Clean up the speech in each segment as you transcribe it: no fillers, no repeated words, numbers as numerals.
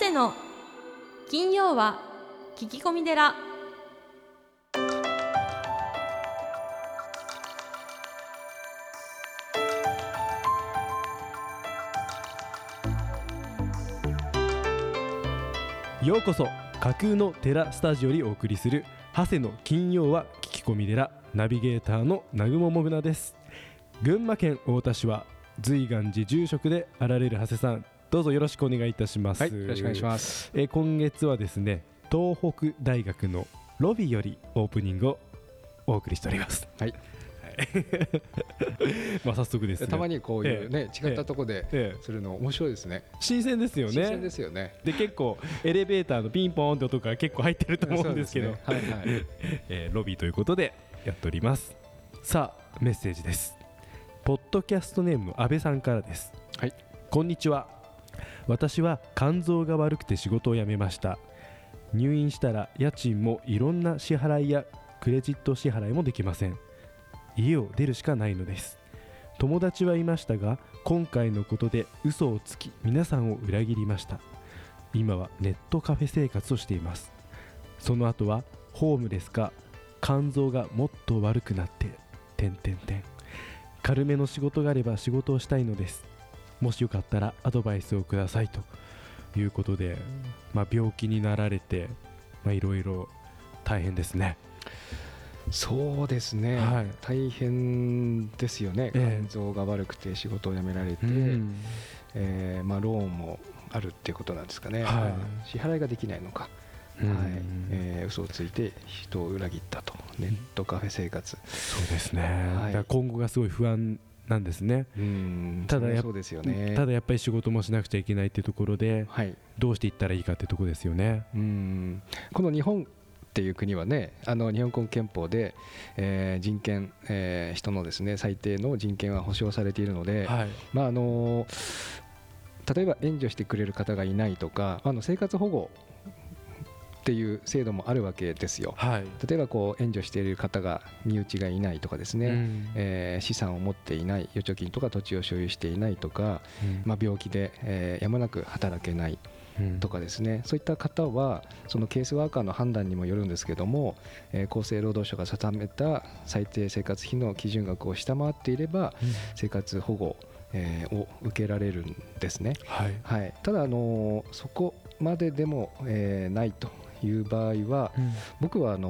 谷の金曜は聞き込み寺。 ようこそ架空の寺スタジオにお送りする長谷の金曜は聞き込み寺、ナビゲーターの南雲もぐなです。群馬県太田市は随願寺住職であられる長谷さん、どうぞよろしくお願いいたします。 はい、よろしくお願いします。 今月はですね、東北大学のロビーよりオープニングをお送りしております。 はいまあ早速ですね、 たまにこういうね、違ったところでするの面白いですね。 新鮮ですよね。 新鮮ですよね。 で結構エレベーターのピンポーンって音が結構入ってると思うんですけど、 はいはいロビーということでやっております。さあメッセージです。ポッドキャストネームの安倍さんからです。 はい、 こんにちは。私は肝臓が悪くて仕事を辞めました。入院したら家賃もいろんな支払いやクレジット支払いもできません。家を出るしかないのです。友達はいましたが、今回のことで嘘をつき皆さんを裏切りました。今はネットカフェ生活をしています。その後はホームレスか肝臓がもっと悪くなって軽めの仕事があれば仕事をしたいのです。もしよかったらアドバイスをくださいということで、病気になられていろいろ大変ですね。 そうですね、はい、大変ですよね。肝臓が悪くて仕事を辞められて、ローンもあるっていうことなんですかね、はい、支払いができないのか、嘘をついて人を裏切ったと。ネットカフェ生活、 そうですね、だから今後がすごい不安なんですね。ただやっぱり仕事もしなくちゃいけないっていうところで、どうしていったらいいかっていうところですよね。 この日本っていう国はね、日本国憲法で、人権、人のですね最低の人権は保障されているので、例えば援助してくれる方がいないとか、生活保護っていう制度もあるわけですよ。例えばこう援助している方が身内がいないとかですね、資産を持っていない、預貯金とか土地を所有していないとか、病気で、やむなく働けないとかですね、そういった方はそのケースワーカーの判断にもよるんですけども、厚生労働省が定めた最低生活費の基準額を下回っていれば、生活保護を受けられるんですね。ただそこまででもないという場合は、僕は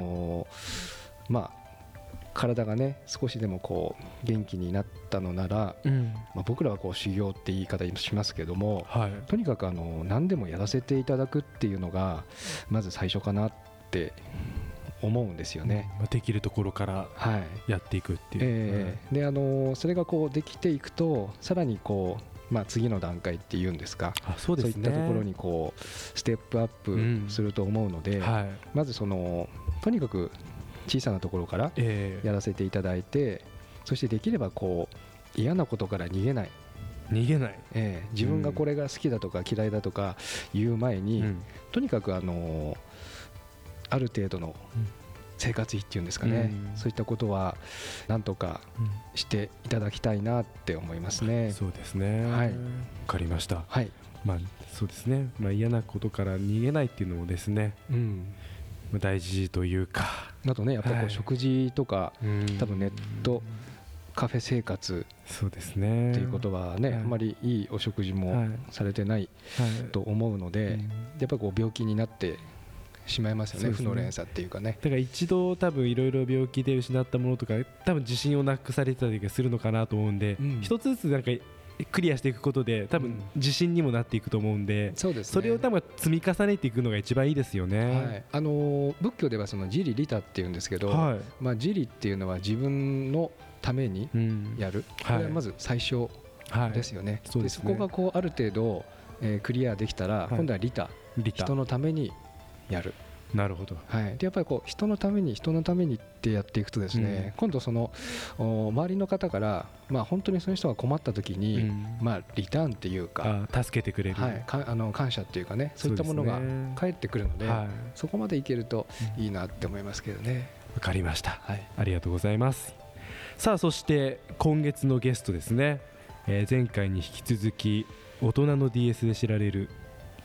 体がね少しでもこう元気になったのなら、僕らはこう修行って言い方しますけども、とにかく何でもやらせていただくっていうのがまず最初かなって思うんですよね。 できるところからやっていくっていう、 でそれがこうできていくと、さらにこう次の段階っていうんですか、そういったところにこうステップアップすると思うので、まずとにかく小さなところからやらせていただいて、そしてできればこう嫌なことから逃げない、自分がこれが好きだとか嫌いだとか言う前に、とにかくある程度の生活費っていうんですかね、そういったことはなんとかしていただきたいなって思いますね。 そうですね、わかりました。そうですね、嫌なことから逃げないっていうのもですね、大事というか、 あとね、やっぱりこう食事とか、多分ネットカフェ生活っていうことはね、あまりいいお食事もされてないと思うので、やっぱりこう病気になってしまいますよね、負の連鎖っていうかね。 だから一度多分いろいろ病気で失ったものとか、多分自信をなくされたりするのかなと思うんで、一つずつなんかクリアしていくことで多分自信にもなっていくと思うんで、それを多分積み重ねていくのが一番いいですよね。 仏教ではその自利利他っていうんですけど、自利っていうのは自分のためにやる、これはまず最初ですよね。でそこがこうある程度クリアできたら、今度は利他、人のためにやる。 なるほど。 でやっぱりこう人のためにってやっていくとですね、今度その周りの方から、本当にその人が困った時に、リターンっていうか、 助けてくれる、 感謝っていうかね、そういったものが返ってくるので、そこまでいけるといいなって思いますけどね。 わかりました、ありがとうございます。さあそして今月のゲストですね、前回に引き続き大人の DS で知られる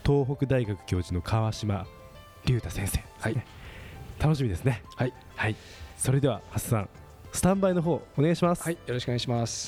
東北大学教授の川島隆太先生ですね、 はい、 楽しみですね。 はい、 はい、それではハスさんスタンバイの方お願いします。 はい、よろしくお願いします。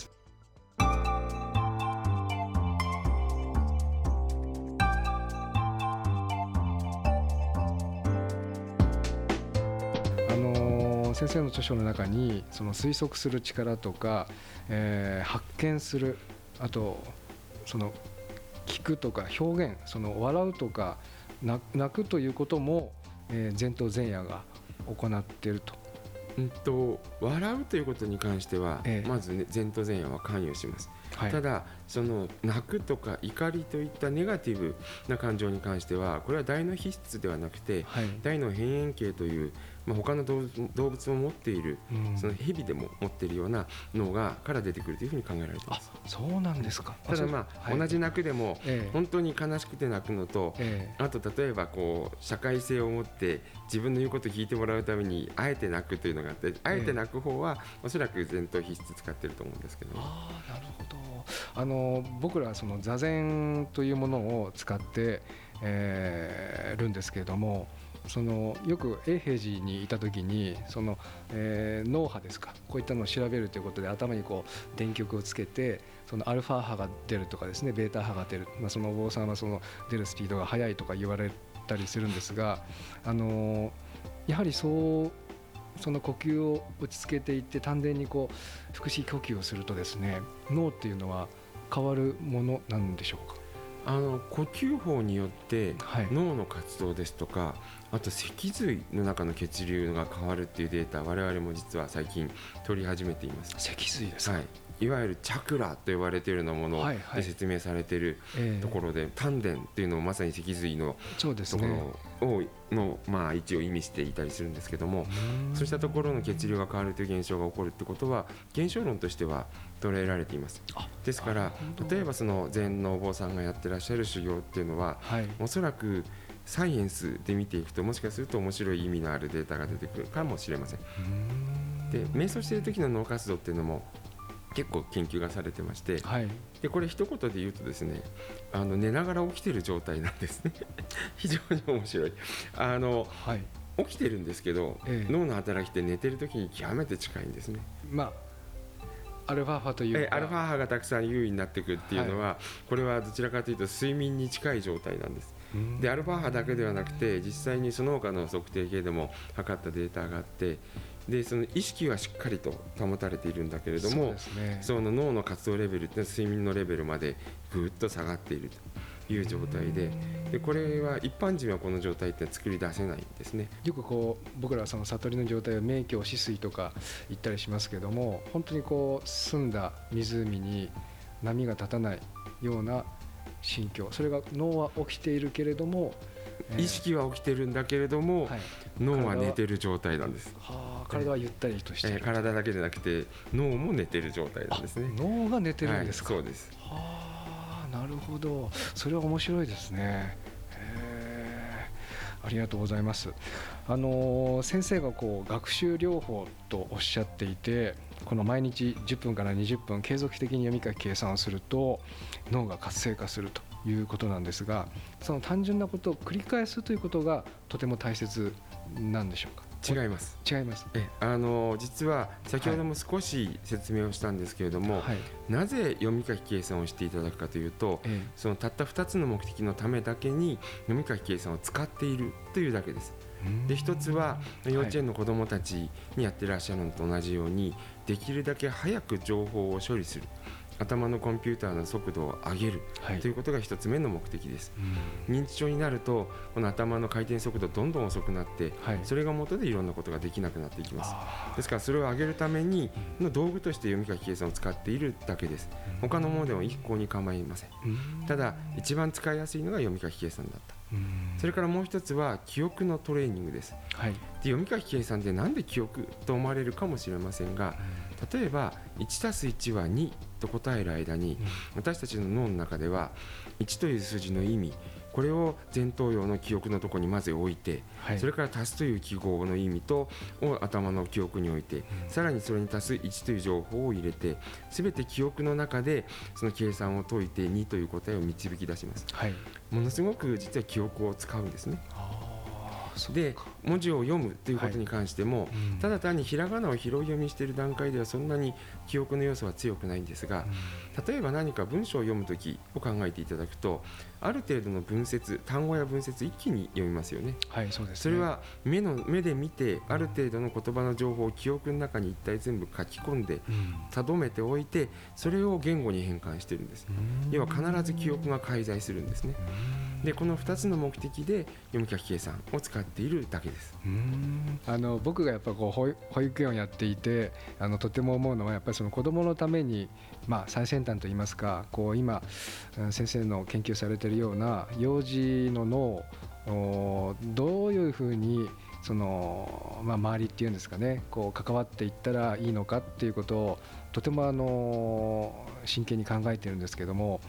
先生の著書の中にその推測する力とか、発見する、あとその聞くとか表現、その笑うとか泣くということも、前頭前野が行っていると。 笑うということに関しては、まず、ね、前頭前野は関与します、はい、ただその泣くとか怒りといったネガティブな感情に関してはこれは大脳皮質ではなくて、はい、大脳辺縁系という、他の動物も持っている、そのヘビでも持っているような脳から出てくるというふうに考えられています。 そうなんですか。 ただはい、同じ泣くでも、本当に悲しくて泣くのと、あと例えばこう社会性を持って自分の言うことを聞いてもらうためにあえて泣くというのがあって、あえて泣く方はおそらく前頭皮質使ってると思うんですけど、ね、 なるほど。僕らはその座禅というものを使って、るんですけれども、そのよく永平寺にいた時にその、脳波ですか、こういったのを調べるということで頭にこう電極をつけて、そのアルファ波が出るとかですね、ベータ波が出る、そのお坊さんはその出るスピードが速いとか言われたりするんですが、やはりその呼吸を落ち着けていって丹田にこう腹式呼吸をするとですね、脳っていうのは変わるものなんでしょうか。 呼吸法によって脳の活動ですとか、あと脊髄の中の血流が変わるっていうデータ、我々も実は最近取り始めています。 脊髄ですか。はい、 いわゆるチャクラと呼ばれているようなもので説明されているところで、丹田っていうのもまさに脊髄のところをの位置を意味していたりするんですけども、そうしたところの血流が変わるという現象が起こるってことは現象論としては捉えられています。ですから例えばその禅のお坊さんがやってらっしゃる修行っていうのは、おそらくサイエンスで見ていくともしかすると面白い意味のあるデータが出てくるかもしれません。で、瞑想している時の脳活動っていうのも結構研究がされてまして、でこれ一言で言うとですね、寝ながら起きてる状態なんですね非常に面白い。起きてるんですけど、脳の働きって寝てる時に極めて近いんですね。 アルファ波というか、 アルファ波がたくさん優位になってくるっていうのは、これはどちらかというと睡眠に近い状態なんです。でアルファ波だけではなくて実際にその他の測定系でも測ったデータがあって、でその意識はしっかりと保たれているんだけれども、その脳の活動レベルって睡眠のレベルまでぐっと下がっているという状態で、これは一般人はこの状態って作り出せないんですね。 よくこう僕らはその悟りの状態を明鏡止水とか言ったりしますけども、本当にこう澄んだ湖に波が立たないような心境、それが脳は起きているけれども、 意識は起きてるんだけれども、脳は寝てる状態なんです。 体はゆったりとしている、 体だけでなくて脳も寝てる状態なんですね。 脳が寝てるんですか。 そうです。 なるほど、それは面白いですね。ありがとうございます。先生がこう学習療法とおっしゃっていて、この毎日10分から20分継続的に読み書き計算をすると脳が活性化するということなんですが、その単純なことを繰り返すということがとても大切なんでしょうか。 違います。実は先ほども少し説明をしたんですけれども、なぜ読み書き計算をしていただくかというと、そのたった2つの目的のためだけに読み書き計算を使っているというだけです。で一つは幼稚園の子どもたちにやってらっしゃるのと同じように、できるだけ早く情報を処理する、頭のコンピューターの速度を上げる、ということが一つ目の目的です。認知症になるとこの頭の回転速度どんどん遅くなって、それが元でいろんなことができなくなっていきます。ですからそれを上げるためにの道具として読み書き計算を使っているだけです。他のものでも一向に構いません。ただ一番使いやすいのが読み書き計算だった。それからもう一つは記憶のトレーニングです。で読み書き計算でなんで記憶と思われるかもしれませんが、例えば 1+1 は2と答える間に、私たちの脳の中では1という数字の意味、 これを前頭葉の記憶のところにまず置いて、 はい、 それから足すという記号の意味を頭の記憶に置いて、さらにそれに足す1という情報を入れて、全て記憶の中でその計算を解いて2という答えを導き出します、はい、ものすごく実は記憶を使うんですね。で文字を読むということに関しても、はいただ単にひらがなを拾い読みしている段階ではそんなに記憶の要素は強くないんですが、例えば何か文章を読むときを考えていただくと、ある程度の文節、単語や文節一気に読みますよね。 はい、そうですね。 それは目で見てある程度の言葉の情報を記憶の中に一体全部書き込んで留めておいて、それを言語に変換しているんです。要は必ず記憶が介在するんですね。でこの2つの目的で読み書き計算を使っているだけです。 僕がやっぱこう保育園をやっていてとても思うのは、やっぱりその子どものために、最先端といいますか、こう今先生の研究されているような幼児の脳をどういうふうにその、周りっていうんですかね、こう関わっていったらいいのかっていうことをとても真剣に考えているんですけども、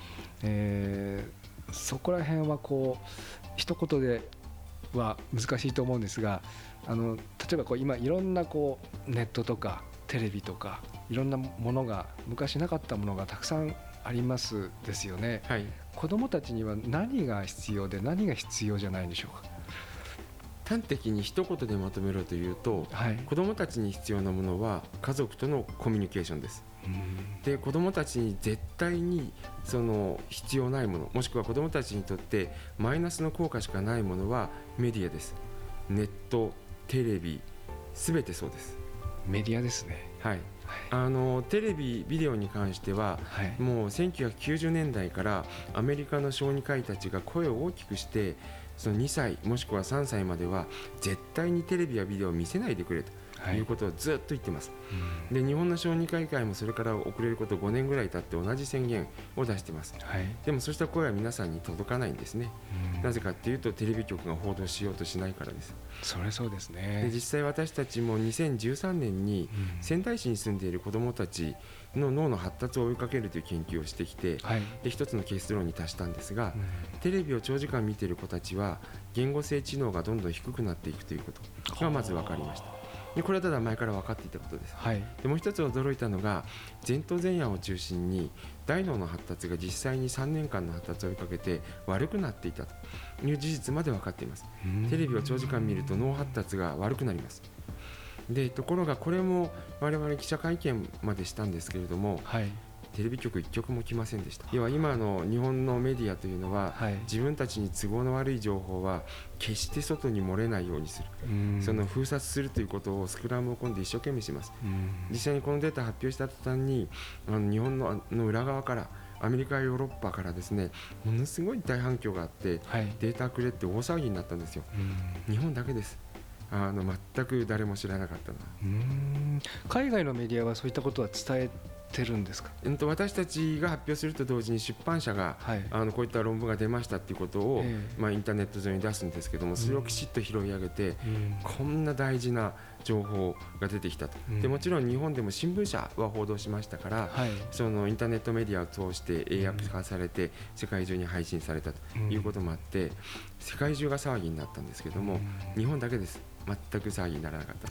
そこら辺はこう一言では難しいと思うんですが、例えば今いろんなネットとかテレビとかいろんなものが、昔なかったものがたくさんありますですよね、はい、子どもたちには何が必要で何が必要じゃないんでしょうか。 端的に一言でまとめろというと、はい、子どもたちに必要なものは家族とのコミュニケーションです。で子どもたちに絶対にその必要ないもの、もしくは子どもたちにとってマイナスの効果しかないものはメディアです。ネット、テレビ、すべてそうです。 メディアですね。 はい、テレビ、ビデオに関しては、はい、もう1990年代からアメリカの小児科医たちが声を大きくして、その2歳もしくは3歳までは絶対にテレビやビデオを見せないでくれということをずっと言ってます、はい、で日本の小児科医会もそれから遅れること5年ぐらい経って同じ宣言を出してます、はい、でもそうした声は皆さんに届かないんですね。なぜかっていうとテレビ局が報道しようとしないからです。 それそうですね。 で実際私たちも2013年に仙台市に住んでいる子どもたちの脳の発達を追いかけるという研究をしてきて、はい、で一つの結論に達したんですが、テレビを長時間見ている子たちは言語性知能がどんどん低くなっていくということがまず分かりました。でこれはただ前から分かっていたことです、はい、でもう一つ驚いたのが前頭前野を中心に大脳の発達が実際に3年間の発達を追いかけて悪くなっていたという事実まで分かっています。テレビを長時間見ると脳発達が悪くなります。でところがこれも我々記者会見までしたんですけれども、はい、テレビ局1局も来ませんでした。要は今の日本のメディアというのは、はい、自分たちに都合の悪い情報は決して外に漏れないようにする、その封殺するということをスクラムを組んで一生懸命します。実際にこのデータ発表した途端に日本の裏側からアメリカやヨーロッパからですねものすごい大反響があって、はい、データくれって大騒ぎになったんですよ。日本だけです。全く誰も知らなかったのは。 海外のメディアはそういったことは伝えてるんですか。 私たちが発表すると同時に出版社が、はい、こういった論文が出ましたということを、インターネット上に出すんですけども、それをきちっと拾い上げて、こんな大事な情報が出てきたと。でもちろん日本でも新聞社は報道しましたから、はい、そのインターネットメディアを通して英訳化されて世界中に配信されたということもあって、世界中が騒ぎになったんですけども、日本だけです全く騒ぎにならなかった。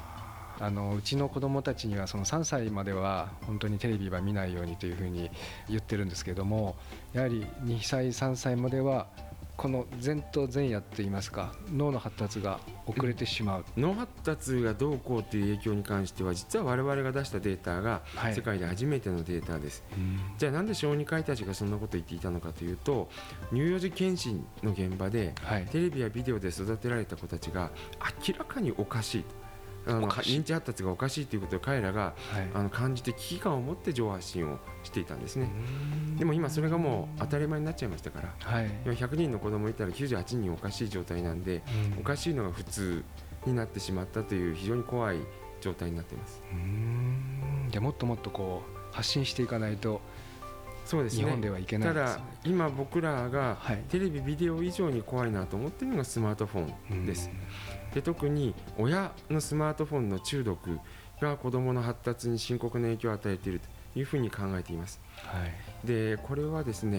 うちの子どもたちにはその3歳までは本当にテレビは見ないようにというふうに言ってるんですけども、やはり2歳3歳まではこの前頭前野といいますか脳の発達が遅れてしまう。 脳発達がどうこうという影響に関しては実は我々が出したデータが世界で初めてのデータです、はい、じゃあなんで小児科医たちがそんなことを言っていたのかというと、乳幼児検診の現場で、はい、テレビやビデオで育てられた子たちが明らかにおかしいと、認知発達がおかしいということを彼らが、はい、感じて危機感を持って情報発信をしていたんですね。でも今それがもう当たり前になっちゃいましたから、はい、今100人の子供いたら98人おかしい状態なんで、おかしいのが普通になってしまったという非常に怖い状態になっています。 じゃあもっともっと発信していかないとそうですね、日本ではいけないですね。 ただ今僕らがテレビビデオ以上に怖いなと思っているのがスマートフォンです。で特に親のスマートフォンの中毒が子どもの発達に深刻な影響を与えているというふうに考えています、はい、でこれはですね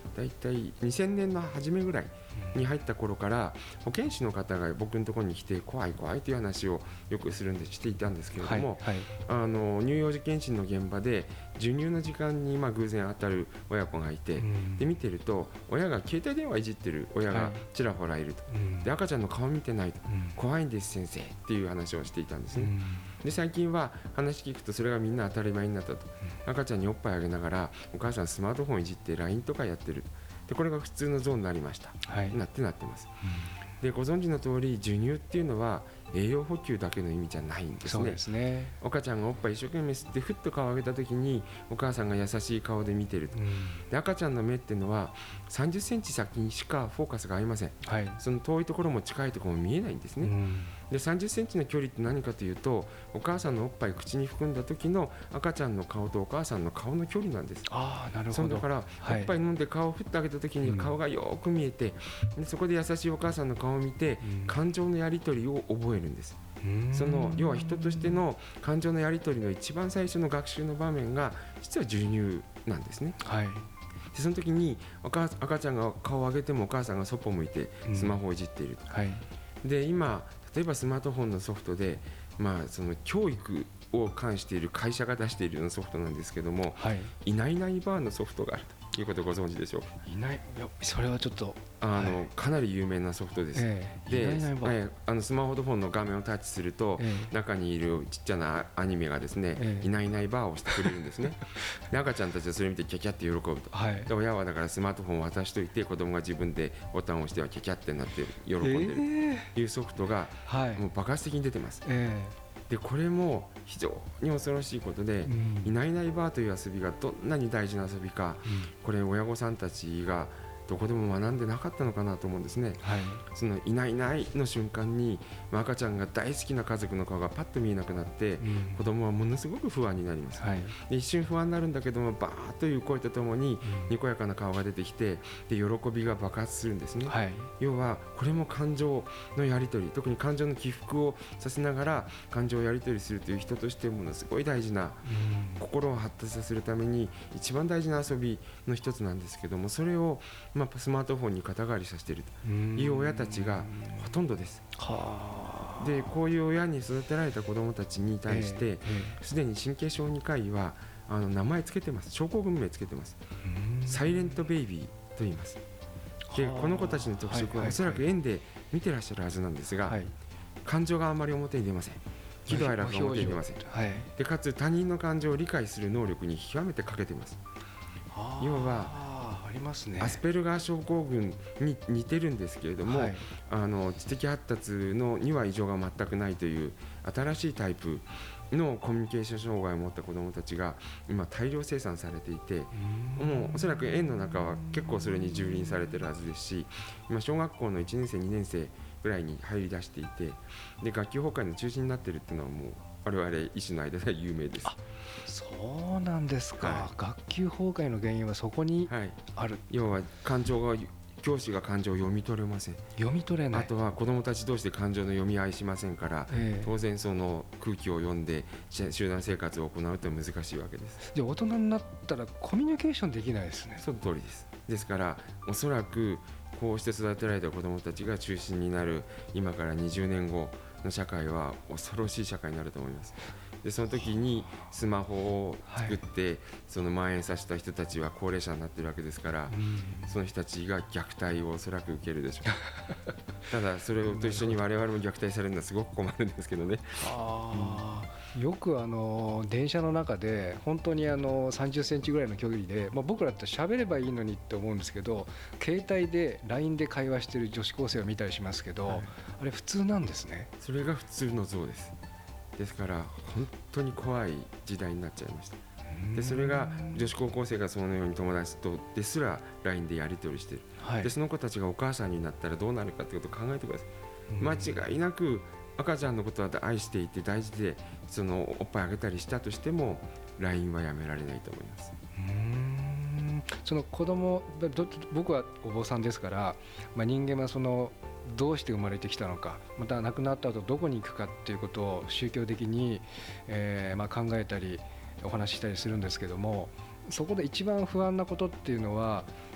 だいたい2000年の初めぐらいに入った頃から保健師の方が僕のところに来て怖い怖いという話をよくしていたんですけれども、乳幼児健診の現場で授乳の時間に偶然当たる親子がいて、で見てると親が携帯電話いじってる親がちらほらいると、で赤ちゃんの顔見てないと、怖いんです先生っていう話をしていたんですね。で最近は話聞くとそれがみんな当たり前になったと、赤ちゃんにおっぱいあげながらお母さんスマートフォンいじって LINE とかやってる、でこれが普通のゾーンになりました、なってます。でご存知の通り授乳っていうのは栄養補給だけの意味じゃないんですね。 そうですね。 赤ちゃんがおっぱい一生懸命吸ってふっと顔を上げた時にお母さんが優しい顔で見てると、で赤ちゃんの目っていうのは30センチ先にしかフォーカスが合いません、その遠いところも近いところも見えないんですね、で30センチの距離って何かというとお母さんのおっぱい口に含んだ時の赤ちゃんの顔とお母さんの顔の距離なんです。 なるほど。 だからおっぱい飲んで顔をふっと上げた時に顔がよく見えて、でそこで優しいお母さんの顔を見て感情のやり取りを覚えるんです。その要は人としての感情のやり取りの一番最初の学習の場面が実は授乳なんですね、でその時に赤ちゃんが顔を上げてもお母さんがそっぽ向いてスマホをいじっている、で今例えばスマートフォンのソフトで、その教育を関している会社が出しているようなソフトなんですけども、いないいないバーのソフトがあるということをご存知でしょうか。 それはちょっとかなり有名なソフトです、でスマートフォンの画面をタッチすると、中にいるちっちゃなアニメがですね、いないいないバーをしてくれるんですねで赤ちゃんたちはそれを見てキャキャって喜ぶと、で親はだからスマートフォンを渡しといて子供が自分でボタンを押してはキャキャってなって喜んでるというソフトがもう爆発的に出てます、でこれも非常に恐ろしいことで、いないいないバーという遊びがどんなに大事な遊びか、これ親御さんたちがどこでも学んでなかったのかなと思うんですね、そのいないいないの瞬間に赤ちゃんが大好きな家族の顔がパッと見えなくなって、子供はものすごく不安になります、で一瞬不安になるんだけどもバーッという声とともににこやかな顔が出てきて、で喜びが爆発するんですね、要はこれも感情のやり取り、特に感情の起伏をさせながら感情をやり取りするという人としてものすごい大事な、心を発達させるために一番大事な遊びの一つなんですけども、それをスマートフォンに肩代わりさせているという親たちがほとんどです。でこういう親に育てられた子どもたちに対してすでに神経小児科医は名前つけてます。症候群名つけてます。サイレントベイビーと言います。でこの子たちの特色はおそらく園で見てらっしゃるはずなんですが、感情があまり表に出ません。喜怒哀楽が表に出ません。でかつ他人の感情を理解する能力に極めて欠けています。要はありますね、 アスペルガー症候群に似てるんですけれども、知的発達には異常が全くないという新しいタイプのコミュニケーション障害を持った子どもたちが今大量生産されていて、もうおそらく園の中は結構それに蹂躙されてるはずですし、今小学校の1年生2年生ぐらいに入り出していて、で学級崩壊の中心になっているっていうのはもう我々医師の間では有名です。 そうなんですか、学級崩壊の原因はそこにある、 要は教師が感情を読み取れません。 読み取れない。 あとは子どもたち同士で感情の読み合いしませんから、当然その空気を読んで集団生活を行うというのは難しいわけです。 じゃあ大人になったらコミュニケーションできないですね。 その通りです。ですからおそらくこうして育てられた子どもたちが中心になる今から20年後の社会は恐ろしい社会になると思います。でその時にスマホを作って、その蔓延させた人たちは高齢者になっているわけですから、その人たちが虐待をおそらく受けるでしょうただそれと一緒に我々も虐待されるのはすごく困るんですけどね。 よく電車の中で本当に30センチぐらいの距離で、僕らって喋ればいいのにって思うんですけど、携帯で LINE で会話している女子高生を見たりしますけど、あれ普通なんですね。 それが普通の像です。ですから本当に怖い時代になっちゃいました。でそれが女子高校生がそのように友達とですら LINE でやり取りしている、でその子たちがお母さんになったらどうなるかということを考えてください。間違いなく赤ちゃんのことは愛していて大事で、そのおっぱいあげたりしたとしても LINE はやめられないと思います。 その子供、僕はお坊さんですから、人間はそのどうして生まれてきたのか、また亡くなった後どこに行くかっていうことを宗教的に、考えたりお話ししたりするんですけども、そこで一番不安なことっていうのは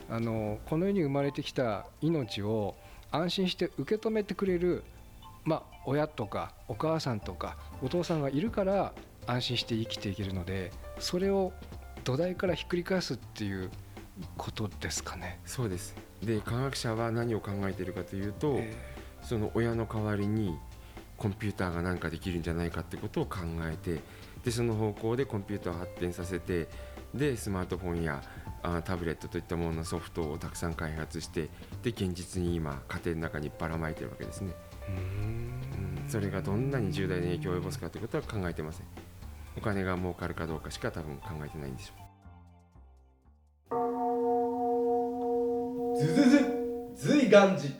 この世に生まれてきた命を安心して受け止めてくれる、親とかお母さんとかお父さんがいるから安心して生きていけるので、それを土台からひっくり返すっていうことですかね。 そうです。で、科学者は何を考えているかというと、その親の代わりにコンピューターが何かできるんじゃないかってことを考えて、でその方向でコンピューターを発展させて、でスマートフォンやタブレットといったもののソフトをたくさん開発して、で現実に今家庭の中にばらまいてるわけですね。それがどんなに重大な影響を及ぼすかということは考えてません。お金が儲かるかどうかしか多分考えてないんでしょう。ずずず随願寺。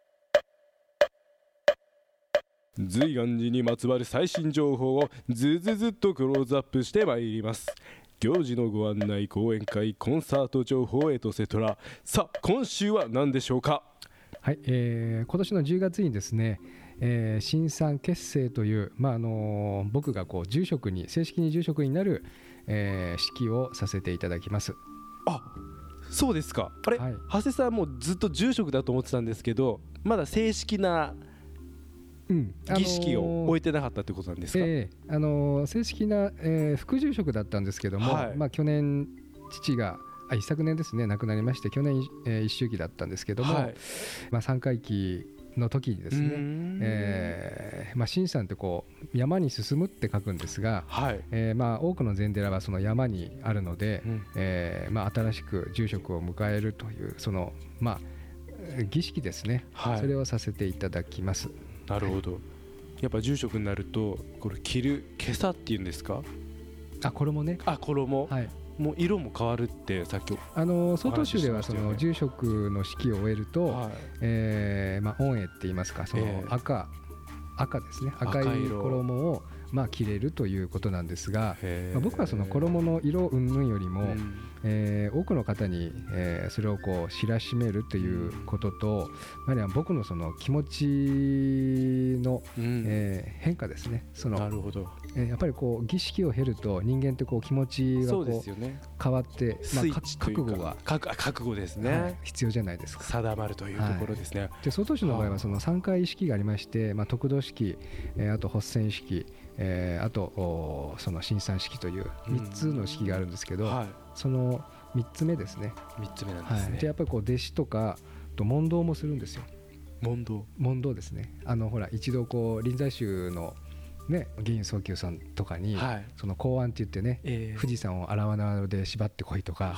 随願寺にまつわる最新情報をずずずっとクローズアップしてまいります。行事のご案内、講演会、コンサート情報エトセトラ。さあ今週は何でしょうか。 はい、今年の10月にですね、新参結成という、僕が住職に正式に住職になる、式をさせていただきます。 あ、そうですか。あれ、長谷さんもずっと住職だと思ってたんですけど、まだ正式な儀式を終えてなかったということなんですか。 正式な、副住職だったんですけども、去年父が一昨年ですね亡くなりまして、去年、一周期だったんですけども、3回忌の時にですね、新山って山に進むって書くんですが、多くの禅寺はその山にあるので、新しく住職を迎えるというその儀式ですね、それをさせていただきます。 なるほど。やっぱ住職になるとこれ着る袈裟っていうんですか。 衣ね。 衣、もう色も変わるってさっき曹洞宗ではその住職の式を終えると、御衣って言いますか、その赤ですね、赤い衣を着れるということなんですが、僕はその衣の色云々よりも、多くの方に、それを知らしめるということと、僕のその気持ちの、変化ですね。 なるほど。 やっぱり儀式を経ると人間って気持ちが変わって、覚悟ですね、 必要じゃないですか。 定まるというところですね。 で曹洞宗の場合はその3回式がありまして、得度式、あと発宣式、あとその新参式という3つの式があるんですけど、その3つ目ですね。 3つ目なんですね。 でやっぱり弟子とかと問答もするんですよ。 問答ですね。ほら一度臨済宗の議員宗久さんとかに、その公安って言ってね、富士山を荒縄で縛ってこいとか、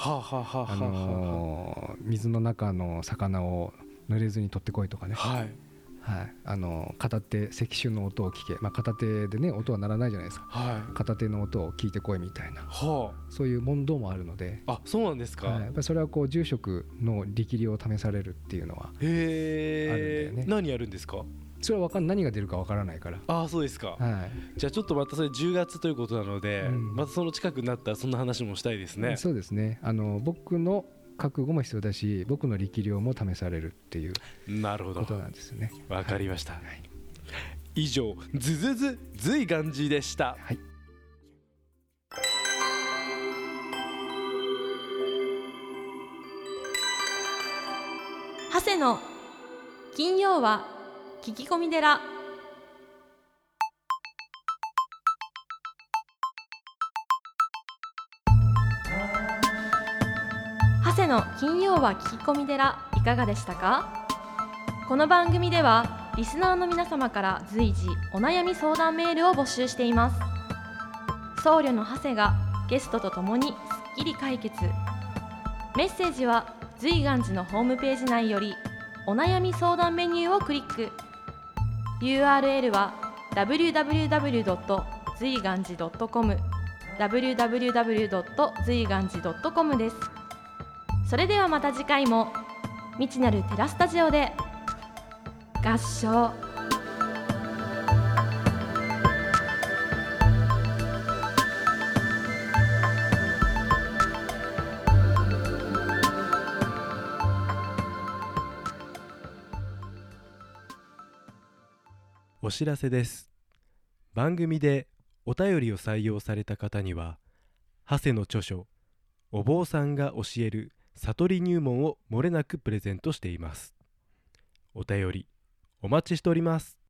水の中の魚を濡れずに取ってこいとかね、片手石州の音を聞け、片手でね音は鳴らないじゃないですか、片手の音を聞いてこいみたいな、そういう問答もあるので。 そうなんですか。 やっぱりそれは住職の力量を試されるっていうのはあるんだよね。 何やるんですか。 それは何が出るかわからないから。 そうですか。じゃあちょっとまたそれ10月ということなので、またその近くになったらそんな話もしたいですね。 そうですね。僕の覚悟も必要だし、僕の力量も試されるっていうことなんですね。 わかりました。以上、ずずず随願寺でした。 長谷の金曜は聞き込み寺。長谷の金曜は聞き込み寺、いかがでしたか。この番組ではリスナーの皆様から随時お悩み相談メールを募集しています。僧侶の長谷がゲストとともにすっきり解決。メッセージは随願寺のホームページ内よりお悩み相談メニューをクリック。 URL は www. 随願寺 .com www. 随願寺 .com です。それではまた次回も未知なるテラスタジオで合唱。 お知らせです。番組でお便りを採用された方には、長谷の著書お坊さんが教える悟り入門をもれなくプレゼントしています。お便りお待ちしております。